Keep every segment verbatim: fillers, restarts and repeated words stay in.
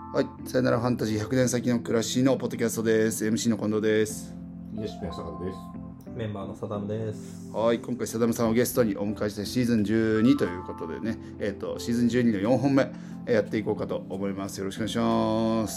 はい、さよならファンタジーひゃくねん先の暮らしのポッドキャストです。 エムシー の近藤です。 レシピの坂田です。 メンバーのサダムです。 はい、今回サダムさんをゲストにお迎えしてシーズンじゅうにということでね、えー、とシーズンじゅうにのよんほんめやっていこうかと思います。よろしくお願いします。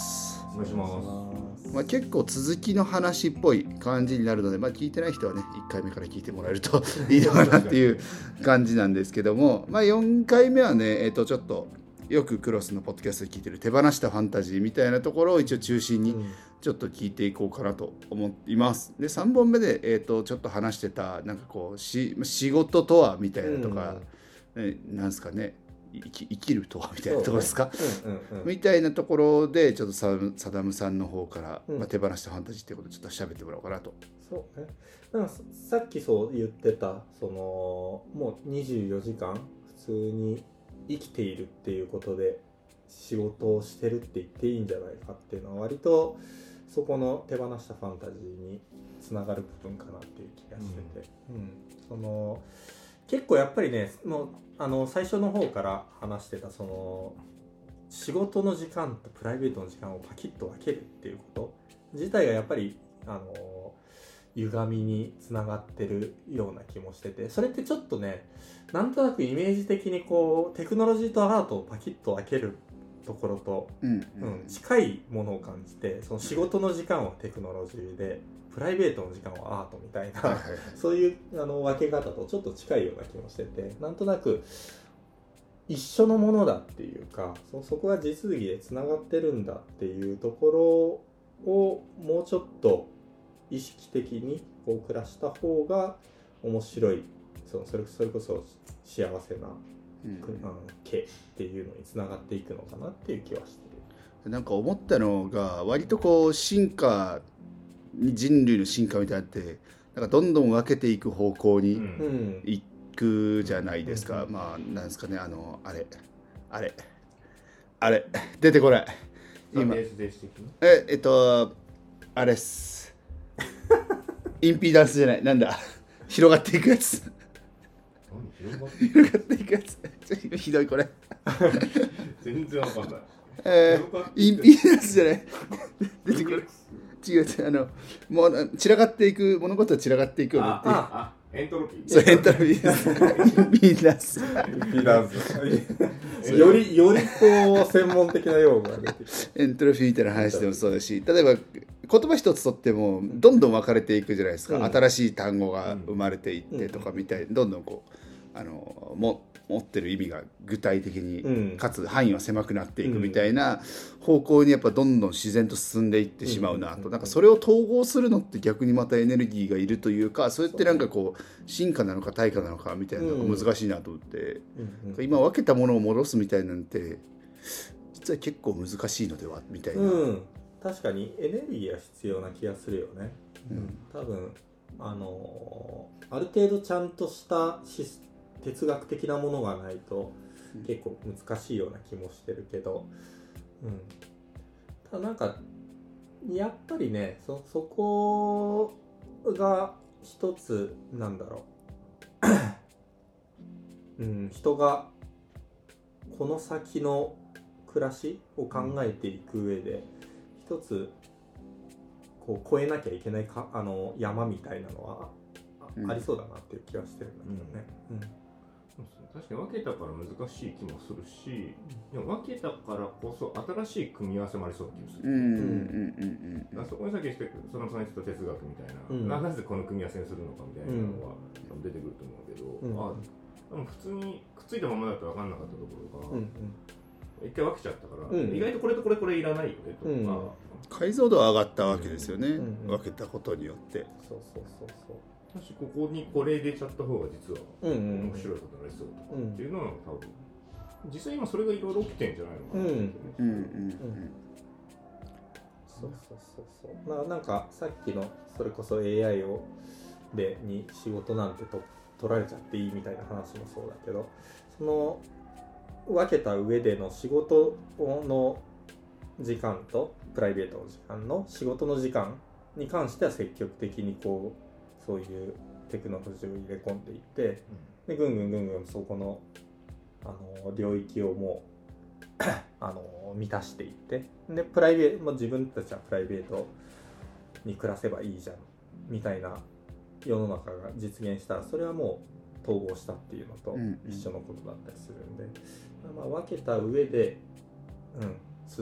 お願いします。 まあ、結構続きの話っぽい感じになるので、まあ、聞いてない人はねいっかいめから聞いてもらえるといいのかなっていう感じなんですけども、まあ、よんかいめはね、えー、とちょっとよくクロスのポッドキャストで聞いてる手放したファンタジーみたいなところを一応中心にちょっと聞いていこうかなと思います。でさんぼんめで、えー、とちょっと話してたなんかこうし仕事とはみたいなとか、うんね、なんですかね生き、生きるとはみたいなところですか、うんうんうん、みたいなところでちょっとササダムさんの方から、うんまあ、手放したファンタジーっていうことでちょっと喋ってもらおうかなと。 そうね。なんかさっきそう言ってたそのもうにじゅうよじかん普通に生きているっていうことで仕事をしてるって言っていいんじゃないかっていうのは割とそこの手放したファンタジーにつながる部分かなっていう気がしてて、うんうん、その結構やっぱりねもうあの最初の方から話してたその仕事の時間とプライベートの時間をパキッと分けるっていうこと自体がやっぱりあの歪みにつながってるような気もしてて、それってちょっとねなんとなくイメージ的にこうテクノロジーとアートをパキッと分けるところと、うんうん、近いものを感じて、その仕事の時間はテクノロジーでプライベートの時間はアートみたいなそういうあの分け方とちょっと近いような気もしてて、なんとなく一緒のものだっていうか そ, そこが地続きでつながってるんだっていうところをもうちょっと意識的にこう暮らした方が面白い、そのそれそれこそ幸せな家っていうのにつながっていくのかなっていう気はしてる。 なんか思ったのが割とこう進化に人類の進化みたいなってなんかどんどん分けていく方向にいくじゃないですか、うん、まあなんですかねあのあれあれあれ出てこない今ええっとあれっすインピーダンスじゃないなんだ広がっていくやつ広がっていくやつひどいこれ全然わかんない、 えー、インピーダンスじゃない出てくる違う違うあのもう散らかっていく物事は散らかっていくよねっていうああエントロピーそうエントロピーですインピーダンスインピーダンスよりよりこう専門的な用語が出てきてエントロピーみたいな話でもそうだし、例えば言葉一つとってもどんどん分かれていくじゃないですか、うん、新しい単語が生まれていってとかみたいにどんどんこうあのも持ってる意味が具体的に、うん、かつ範囲は狭くなっていくみたいな方向にやっぱどんどん自然と進んでいってしまうなと、なんかそれを統合するのって逆にまたエネルギーがいるというか、それってなんかこう進化なのか退化なのかみたいなのが難しいなと思って、うん、今分けたものを戻すみたいなんて実は結構難しいのではみたいな、 うん、確かにエネルギーが必要な気がするよね、うん、多分あのー、ある程度ちゃんとしたシス哲学的なものがないと結構難しいような気もしてるけど、うん、ただなんかやっぱりね そ, そこが一つなんだろう、うん、人がこの先の暮らしを考えていく上で一つこう越えなきゃいけないかあの山みたいなのは あ,、うん、ありそうだなっていう気はしてるんだけどね、うんうん確かに分けたから難しい気もするし、でも分けたからこそ新しい組み合わせもありそうな気もする。うんうんうんうん。そこにさっきしてそのさんに言った哲学みたいな、うん、な, なぜこの組み合わせにするのかみたいなのは、うん、出てくると思うけど、うん、あでも普通にくっついたままだと分かんなかったところが、うんうん、一回分けちゃったから、うん、意外とこれとこれこれいらないよねとか、うん、 解像度は上がったわけですよね、うんうん、分けたことによって。 そうそうそうそう。 私ここにこれ入れちゃった方が実は面白いことになりそうとかっていうのは多分実際今それがいろいろ起きてんじゃないのかなと思ってね。うんうんうん。 そうそうそうそう。まあなんかさっきのそれこそ エーアイ をでに仕事なんてと取られちゃっていいみたいな話もそうだけど、その分けた上での仕事の時間とプライベートの時間の仕事の時間に関しては積極的にこうそういうテクノロジーを入れ込んでいって、うん、でぐんぐんぐんぐんそこの、あの領域をもうあのの満たしていってでプライベート、まあ、自分たちはプライベートに暮らせばいいじゃんみたいな世の中が実現したらそれはもう統合したっていうのと一緒のことだったりするんで、うんうん、まあ、分けた上で、うん、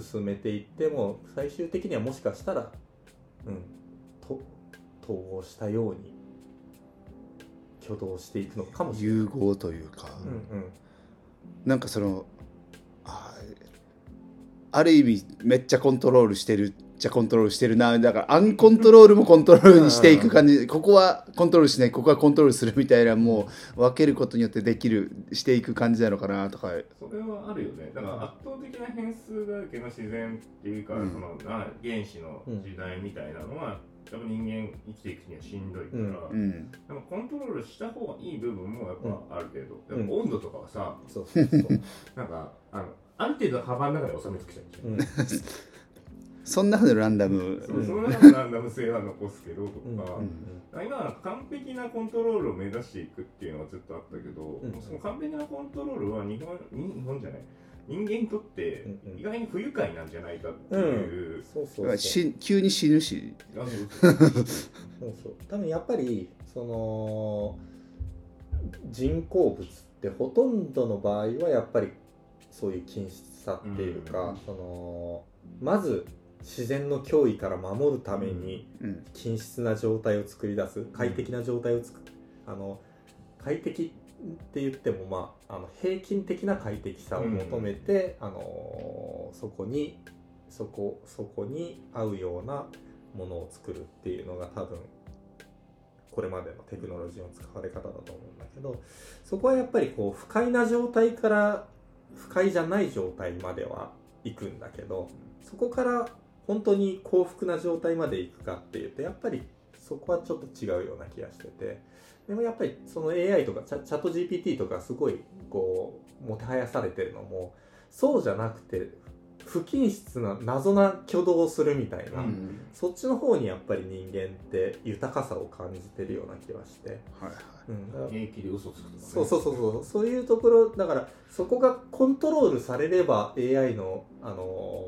進めていっても最終的にはもしかしたら、うん、と統合したように挙動していくのかもしれない。 融合というか、うんうん、なんかその あ, ある意味めっちゃコントロールしてるじゃコントロールしてるな、だからアンコントロールもコントロールにしていく感じここはコントロールしないここはコントロールするみたいな、もう分けることによってできるしていく感じなのかなとか。 それはあるよね。だから圧倒的な変数だらけの自然っていうか、うん、そのな原始の時代みたいなのは、うん、多分人間生きていくにはしんどいから、うん、でもコントロールした方がいい部分もやっぱあるけど、うん、でも温度とかはさ、うん、そうそうそうなんかあのある程度幅の中で収めつけちゃう、うん、 そんなのランダム、 そう、その中のランダム性は残すけどとか、うん、今は完璧なコントロールを目指していくっていうのはずっとあったけど、うん、その完璧なコントロールは日本、日本じゃない人間にとって意外に不愉快なんじゃないかっていう、 そうそうそう、 急に死ぬし、 そうそう多分やっぱりその人工物ってほとんどの場合はやっぱりそういう均質さっていうか、うん、そのまず自然の脅威から守るために均質な状態を作り出す、快適な状態を作る、あの快適って言っても、まあ、あの平均的な快適さを求めて、うん、あのそこにそこそこに合うようなものを作るっていうのが多分これまでのテクノロジーの使われ方だと思うんだけど、そこはやっぱりこう不快な状態から不快じゃない状態までは行くんだけど、そこから本当に幸福な状態まで行くかっていうとやっぱりそこはちょっと違うような気がしてて、でもやっぱりその エーアイ とかチャ、チャット ジーピーティー とかすごいこうもてはやされてるのもそうじゃなくて不均質な謎な挙動をするみたいな、うん、そっちの方にやっぱり人間って豊かさを感じてるような気がして、 はいはい、うん、平気で嘘つくとか、ね、 そうそうそうそうそういうところだから、そこがコントロールされれば エーアイ の、あのー、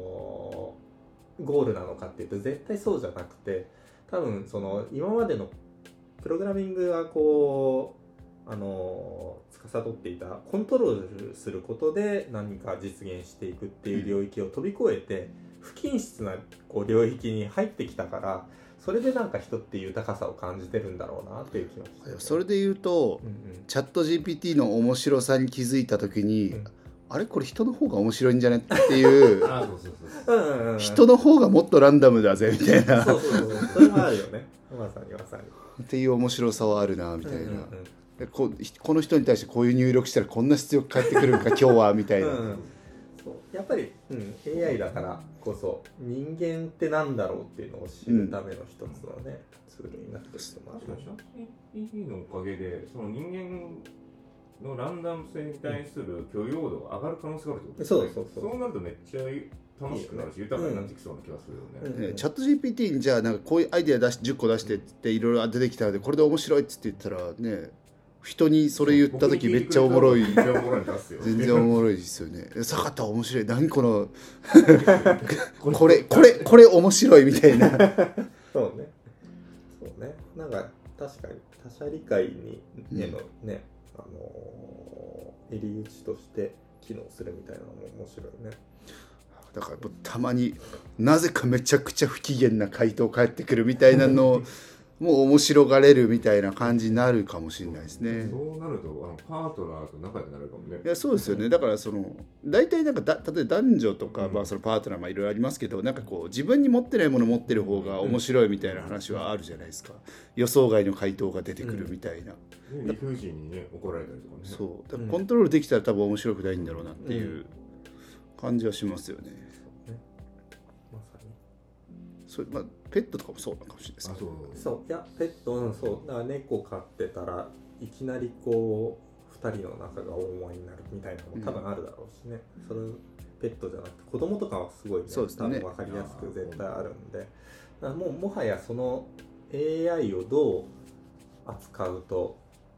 ゴールなのかっていうと絶対そうじゃなくて、多分その今までのプログラミングがこうあの司っていたコントロールすることで何か実現していくっていう領域を飛び越えて不均質なこう領域に入ってきたから、それでなんか人って豊かさを感じてるんだろうなっていう気がして、ね、 それで言うと、うんうん、チャット ジーピーティー の面白さに気づいた時に、うん、あれこれ人の方が面白いんじゃねっていう人の方がもっとランダムだぜみたいなそうそうそうそれもあるよねまさにまさにっていう面白さはあるなみたいな、うんうんうん、こ, この人に対してこういう入力したらこんな出力返ってくるんか今日はみたいな、うんうん、 そうやっぱり、うん、エーアイ だからこそ人間ってなんだろうっていうのを知るための一つのね、うん、ツールになってると思う。 チャット ジーピーティー のおかげでその人間のランダム性に対する許容度が上がる可能性があるってことですね、うん、そうそうそうそうなるとめっちゃ楽しくなるし豊かになってきそうな気がするよね、うんうん、 チャット ジーピーティー にじゃあなんかこういうアイデア出しじゅっこ出してっていろいろ出てきたのでこれで面白いっつって言ったらね、人にそれ言った時めっちゃおもろい全然おもろいですよね。坂田面白い何このこれこれこれ面白いみたいなそうねそうねなんか確かに他者理解にへのね、うん、あのー、入り口として機能するみたいなのも面白いね。 だからたまになぜかめちゃくちゃ不機嫌な回答返ってくるみたいなのをもう面白がれるみたいな感じになるかもしれないですね。 そうなるとあのパートナーと仲良くなるかもね。 いやそうですよね。だからその大体なんかだ例えば男女とか、うん、まあそのパートナーもいろいろありますけど、なんかこう自分に持ってないもの持ってる方が面白いみたいな話はあるじゃないですか。予想外の回答が出てくるみたいな。 うん、理不尽にね怒られたりとかね。 そう。だからコントロールできたら多分面白くないんだろうなっていう感じはしますよね。うん、まさに。それまあ。ペットとかもそうなのかもしれないですね。 そういやペット、うん、そうだから猫飼ってたらいきなりこうふたりの仲が大物になるみたいなのも多分あるだろうしね、うん、それペットじゃなくて子供とかはすごいね、そうですね、多分分かりやすく絶対あるんで、だからもうもはやその エーアイ をどう扱うと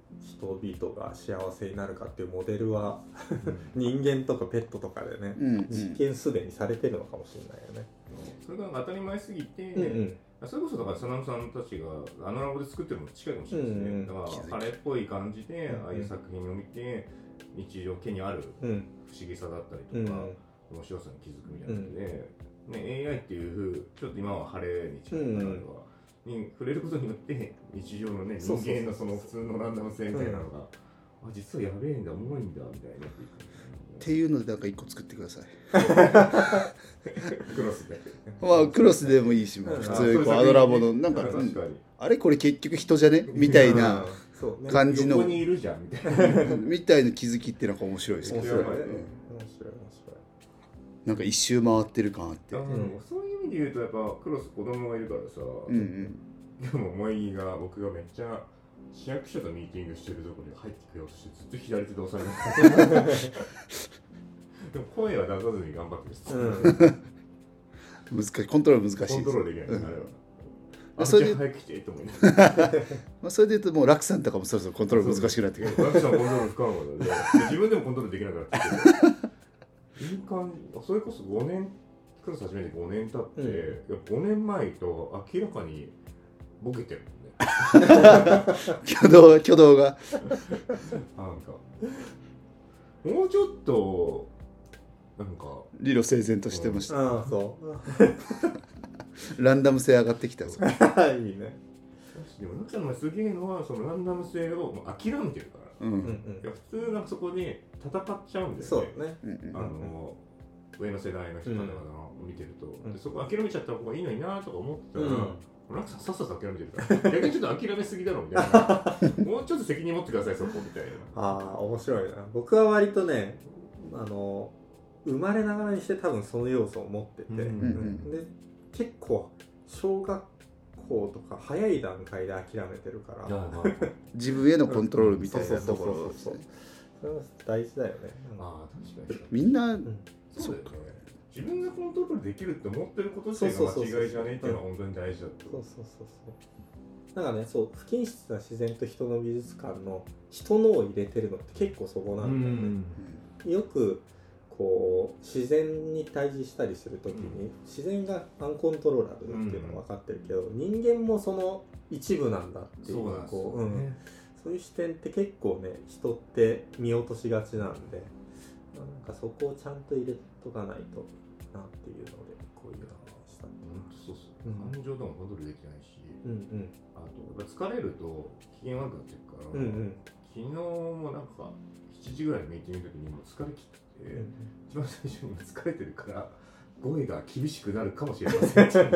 人々が幸せになるかっていうモデルは人間とかペットとかでね、 うんうん、 実験すでにされてるのかもしれないよね。 それが当たり前すぎて、 うんうんそれこそだからサナムさんたちがあのラボで作ってるのも近いかもしれないですね、うんうん、だからあれっぽい感じで、うんうん、ああいう作品を見て日常系にある不思議さだったりとか、うん、面白さに気づくみたいなので、うんね、エーアイ っていうちょっと今は晴れに近いものが、うん、に触れることによって日常のね人間のその普通のランダム性みたいなのが、うん、あ実はやべえんだ重いんだみたいなっていうのでなんか一個作ってくださいクロスでまあクロスでもいいし、まあ、普通にこうアドラボのなんか、うん、あれこれ結局人じゃねみたいな感じの、 横にいるじゃんみたいなみたいな気づきってなんか面白いですけど、 面白い、ね、うん、面白い面白いなんか一周回ってる感あって、 うん、そういう意味で言うとやっぱクロス子供がいるからさ、うんうん、でも萌木が僕がめっちゃ市役所とミーティングしてるところに入ってくようとしてずっと左手で押さえますでも声は出さずに頑張ってる、 うん、難しいコントロール難しいコントロールできない、うん、あれはあそれで早く来てと思いながらまあそれで言うともう楽さんとかもそろそろコントロール難しくなってくる。 楽さんコントロール不可能で自分でもコントロールできなくなってきていい感じ。それこそごねんクラス始めてごねん経って、うん、いやごねんまえと明らかにボケてるもんね挙動挙動がなんかもうちょっとなんか理路整然としてました、 うん、ああそうランダム性上がってきたぞいいね。 でも中のすげえのはそのランダム性をもう諦めてるから、うん、いや普通なんかそこで戦っちゃうんですよね。そうね、あの上の世代の人とかを見てると、うん、でそこ諦めちゃった方がいいのになとか思ってたら、うん、なんかさっさと諦めてるから逆にちょっと諦めすぎだろみたいなもうちょっと責任持ってくださいそこみたいな。 ああ面白いな。僕は割とねあの生まれながらにして多分その要素を持ってて、うんうん、で結構小学校とか早い段階で諦めてるから自分へのコントロールみたいなところですね。 それは大事だよね。 ああ確かにみんな、うん、 そうだよね。自分がコントロールできるって思ってること自体が間違いじゃねえっていうのは本当に大事だと。 そうそうそうそう。なんかね、そう不均質な自然と人の美術館の人のを入れてるのって結構そこなんだよね。うん、よくこう自然に対峙したりするときに、うん、自然がアンコントローラブルっていうのは分かってるけど、うん、人間もその一部なんだっていう、そうこう、うん、そういう視点って結構ね人って見落としがちなんで、なんかそこをちゃんと入れとかないとなっていうのでこういう話したって。 そうそう、うん、感情でもコントロールできないし、うんうん、あと疲れると機嫌悪くなってるから、うんうん、昨日もなんかしちじぐらいのミーティングの時にもう疲れ切って、うんうん、一番最初に疲れてるから語彙が厳しくなるかもしれませんそれ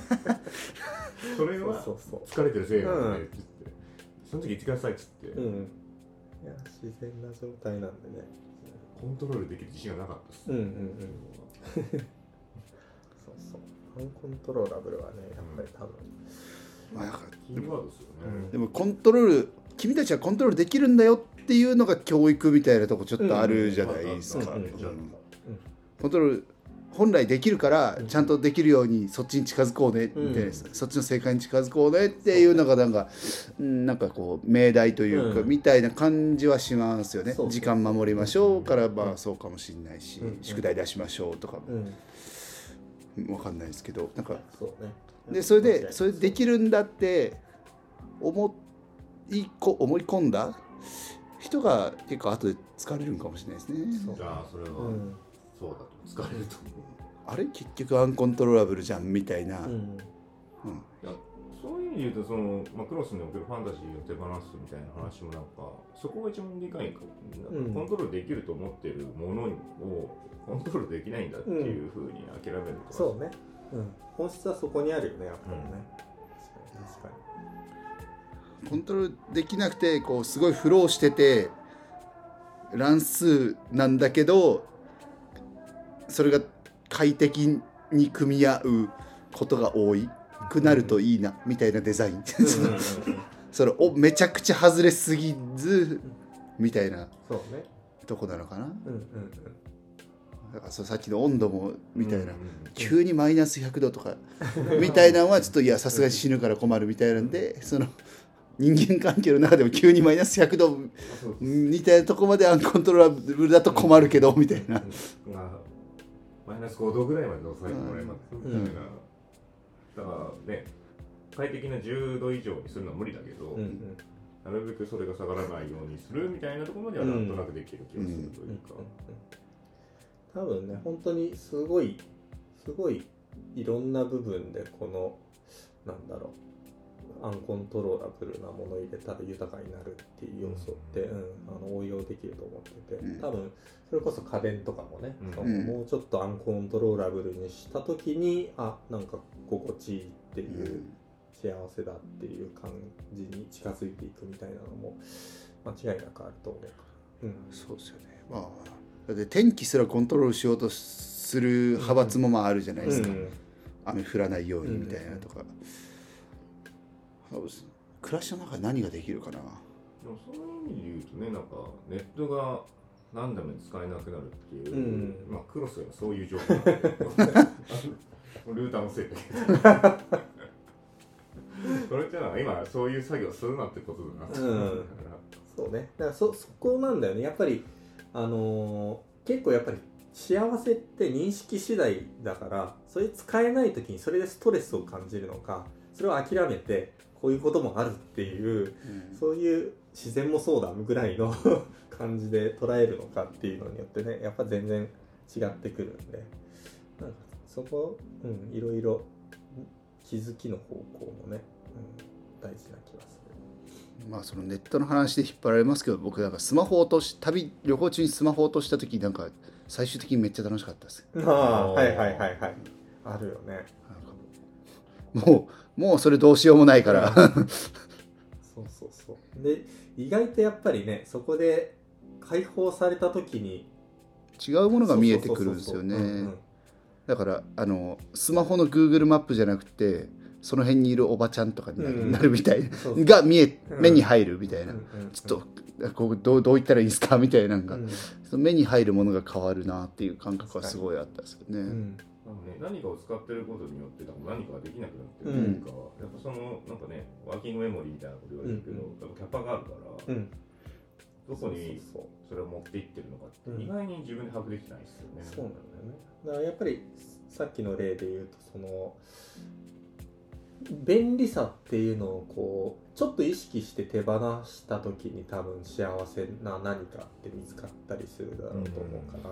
は疲れてるせいなんでって言って、その時言ってくださいって言って、うん、 いや自然な状態なんでねコントロールできる自信がなかったです、うんうんうん、 そうそうアンコントローラブルはねやっぱり多分、 うんまあ、キーワードですよね。 でもコントロール君たちはコントロールできるんだよっていうのが教育みたいなとこちょっとあるじゃないですか。コントロール本来できるからちゃんとできるようにそっちに近づこうねみたいな、うん、そっちの正解に近づこうねっていうのがなんかなんかこう命題というか、うん、みたいな感じはしますよね。時間守りましょうからまあそうかもしれないし、うん、宿題出しましょうとかも、うん、分かんないですけどなんかそうね。でそれでそれできるんだって思いこ思い込んだ人が結構後で疲れるんかもしれないですね。 じゃあそれは、うん、そうだと疲れると思う。 あれ結局アンコントローラブルじゃんみたいな、うんうん、いやそういう意味で言うとその、まあ、クロスにおけるファンタジーを手放すみたいな話もなんかそこが一番でかいかも、うん、コントロールできると思っているものをコントロールできないんだっていうふうに諦めるとか、 そうね、うん、本質はそこにあるよねやっぱりね、うん、確かにコントロールできなくてこうすごいフローしてて乱数なんだけどそれが快適に組み合うことが多いくなるといいなみたいなデザインそれをめちゃくちゃ外れすぎずみたいなとこなのかな。だからそさっきの温度もみたいな急にマイナスひゃくどとかみたいなのはちょっといやさすがに死ぬから困るみたいなんでその人間関係の中でも急にマイナスひゃくどみたいなとこまでアンコントローラブルだと困るけどみたいな、 マイナスごどぐらいまで抑えてもらえますみたいな、だからね快適なじゅうど以上にするのは無理だけど、うんうん、なるべくそれが下がらないようにするみたいなところまではなんとなくできる気がするというか、 多分ね本当にすごいすごいいろんな部分でこのなんだろうアンコントローラブルなものを入れたら豊かになるっていう要素って、うん、あの応用できると思ってて、多分それこそ家電とかもね、うん、そのもうちょっとアンコントローラブルにした時にあなんか心地いいっていう幸せだっていう感じに近づいていくみたいなのも間違いなくあると思うから、うん、 そうですよね。まあだって天気すらコントロールしようとする派閥もまああるじゃないですか、うんうん、雨降らないようにみたいなとか、うんうん、暮らしの中で何ができるかな。でもそういう意味で言うとね、なんかネットが何でも使えなくなるっていう、うん、まあクロスがそういう状況なんだけどルーターのせいだけどそれってのは今そういう作業するなってことだな、うん、 そうね、だから そ, そこなんだよねやっぱり、あのー、結構やっぱり幸せって認識次第だから、それ使えない時にそれでストレスを感じるのか、それを諦めてこういうこともあるっていう、うん、そういう自然もそうだぐらいの感じで捉えるのかっていうのによってねやっぱ全然違ってくるんで、なんかそこ、うん、いろいろ気づきの方向もね、うん、大事な気がする。 まあそのネットの話で引っ張られますけど、僕なんかスマホを落とし旅旅行中にスマホを落とした時なんか最終的にめっちゃ楽しかったです。 ああはいはいはいはいあるよね。 もうもうそれどうしようもないからそうそうそうで意外とやっぱりねそこで解放された時に違うものが見えてくるんですよね。だからあのスマホの Google マップじゃなくてその辺にいるおばちゃんとかになる、うん、なるみたいなが見え目に入るみたいな、うん、ちょっとこうどうどう言ったらいいですかみたいなのが、うん、その目に入るものが変わるなっていう感覚はすごいあったんですよね。うん、 あのね何かを使ってることによって何かができなくなってるというか、うん、やっぱそのなんかねワーキングメモリーみたいなこと言われるけど、うん、やっぱキャパがあるから、うん、どこにそれを持っていってるのかって意外に自分で把握できてないですよね。 そうなんだよね。だからやっぱりさっきの例で言うとその便利さっていうのをこうちょっと意識して手放した時に多分幸せな何かって見つかったりするだろうと思うから、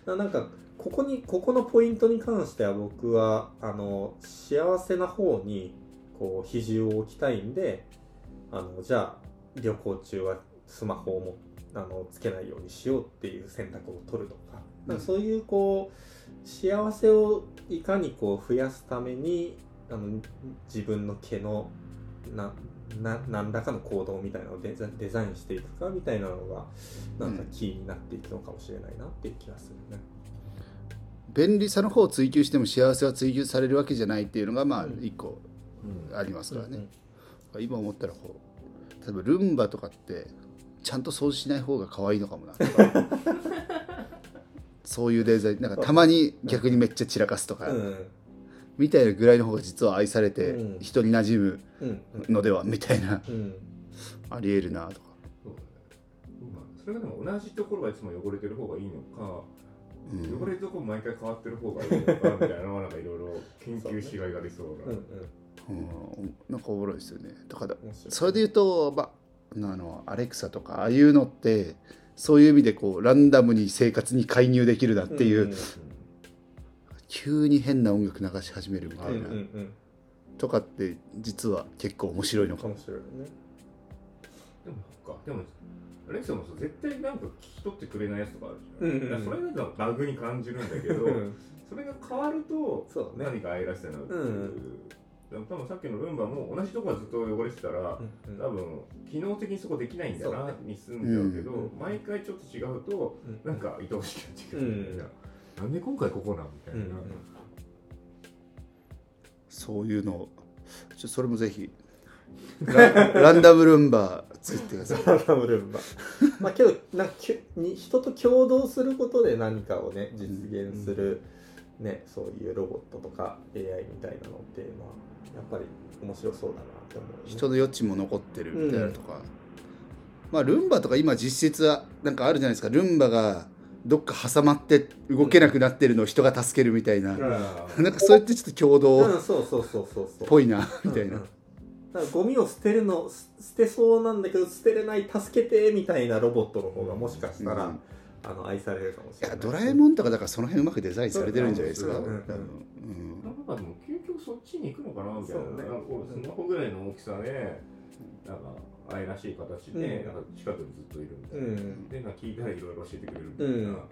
うん、なんかここにここのポイントに関しては僕はあの幸せな方にこう比重を置きたいんで、あのじゃあ旅行中はスマホをもあのつけないようにしようっていう選択を取るとか、うん、なんかそういうこう幸せをいかにこう増やすためにあの自分の毛のなな何らかの行動みたいなのをデザ、デザインしていくかみたいなのがなんかキーになっていくのかもしれないなっていう気がするね。 便利さの方を追求しても幸せは追求されるわけじゃないっていうのがまあ一個ありますからね、うんうん、今思ったらこう例えばルンバとかってちゃんと掃除しない方が可愛いのかもなとかそういうデザインなんかたまに逆にめっちゃ散らかすとか、うん、みたいなぐらいの方が実は愛されて、うん、人に馴染むのでは、うん、みたいな、うん、ありえるなとか。 それがでも同じところがいつも汚れてる方がいいのか、うん、汚れるところ毎回変わってる方がいいのかみたいなのはなんかいろいろ研究しがいがありそうな、 うんうん、なんかおもろいですよね。だからそれで言うと、まあ、あのアレクサとかああいうのってそういう意味でこうランダムに生活に介入できるなっていう、うんうんうん、急に変な音楽流し始めるみたいな、うんうんうん、とかって実は結構面白いのかもしれないね。 でもそっか、でもアレクサも絶対なんか聞き取ってくれないやつとかあるじゃん、うんうんうん、それだとバグに感じるんだけどそれが変わると何か愛らしさになるっていう、うんうん多分さっきのルンバも同じところがずっと汚れてたら、うんうん、多分機能的にそこできないんだなに済んじゃうけど、うん、毎回ちょっと違うと、うん、なんか愛おしくなってくるみたいな、うん、なんで今回ここなんみたいな、うんうん、 そういうのちょそれもぜひ ラ, ランダムルンバ作ってください。 ランダムルンバまあけどなんか人と共同することで何かをね実現するね、そういうロボットとか エーアイ みたいなのっていうのはやっぱり面白そうだなって思う、ね、 人の余地も残ってるみたいなとか、うん、まあルンバとか今実質はなんかあるじゃないですか。ルンバがどっか挟まって動けなくなってるのを人が助けるみたいな、うん、なんかそうやってちょっと共同っぽいなみたいな、 だからゴミを捨てるの捨てそうなんだけど捨てれない、助けてみたいなロボットの方がもしかしたら、うん、あの愛されるかもしれない。 いやドラえもんとかだからその辺うまくデザインされてるんじゃないですか。なんかでも究極そっちに行くのかなみたいな、ね、なんかスマホぐらいの大きさでなんか愛らしい形で、うん、なんか近くにずっといるみたいな、うん、でなんか聞いたらいろいろ教えてくれるみたいな、うん、あるよね。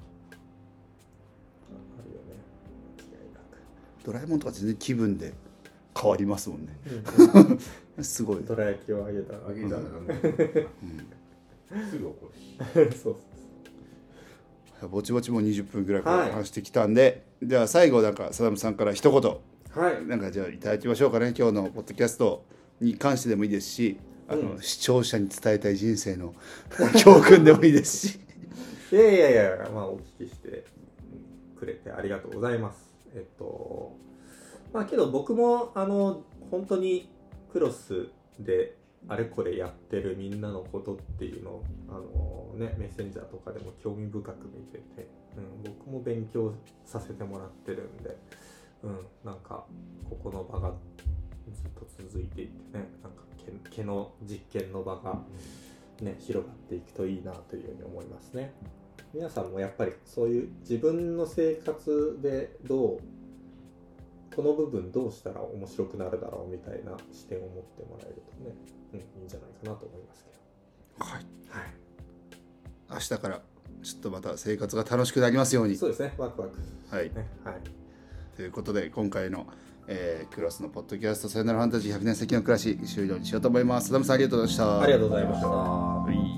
ドラえもんとか全然気分で変わりますもんね、うん、すごい。 ドラ焼きをあげたらあげたらなんだ、うん、すぐ怒るしそうそうぼちぼちもにじゅっぷんぐらいから話してきたんで、はい、では最後なんかサダムさんから一言、はい、なんかじゃあいただきましょうかね。今日のポッドキャストに関してでもいいですし、あの、うん、視聴者に伝えたい人生の教訓でもいいですしいやいやいや、まあお聞きしてくれてありがとうございます。えっとまあけど僕もあの本当にクロスであれこれやってるみんなのことっていうのをあの、ね、メッセンジャーとかでも興味深く見てて、うん、僕も勉強させてもらってるんで、うん、なんかここの場がずっと続いていってね、なんか毛、毛の実験の場が、ね、広がっていくといいなというふうに思いますね。皆さんもやっぱりそういう自分の生活でどうこの部分どうしたら面白くなるだろうみたいな視点を持ってもらえるとね、うん、いいんじゃないかなと思いますけど。 はい。はい。明日からちょっとまた生活が楽しくなりますように。 そうですね。ワクワク。 はい。ね、はい。ということで今回の、えー、クロスのポッドキャストさよならファンタジーひゃくねん世紀の暮らし終了にしようと思います。サダムさんありがとうございました。 ありがとうございました。はい。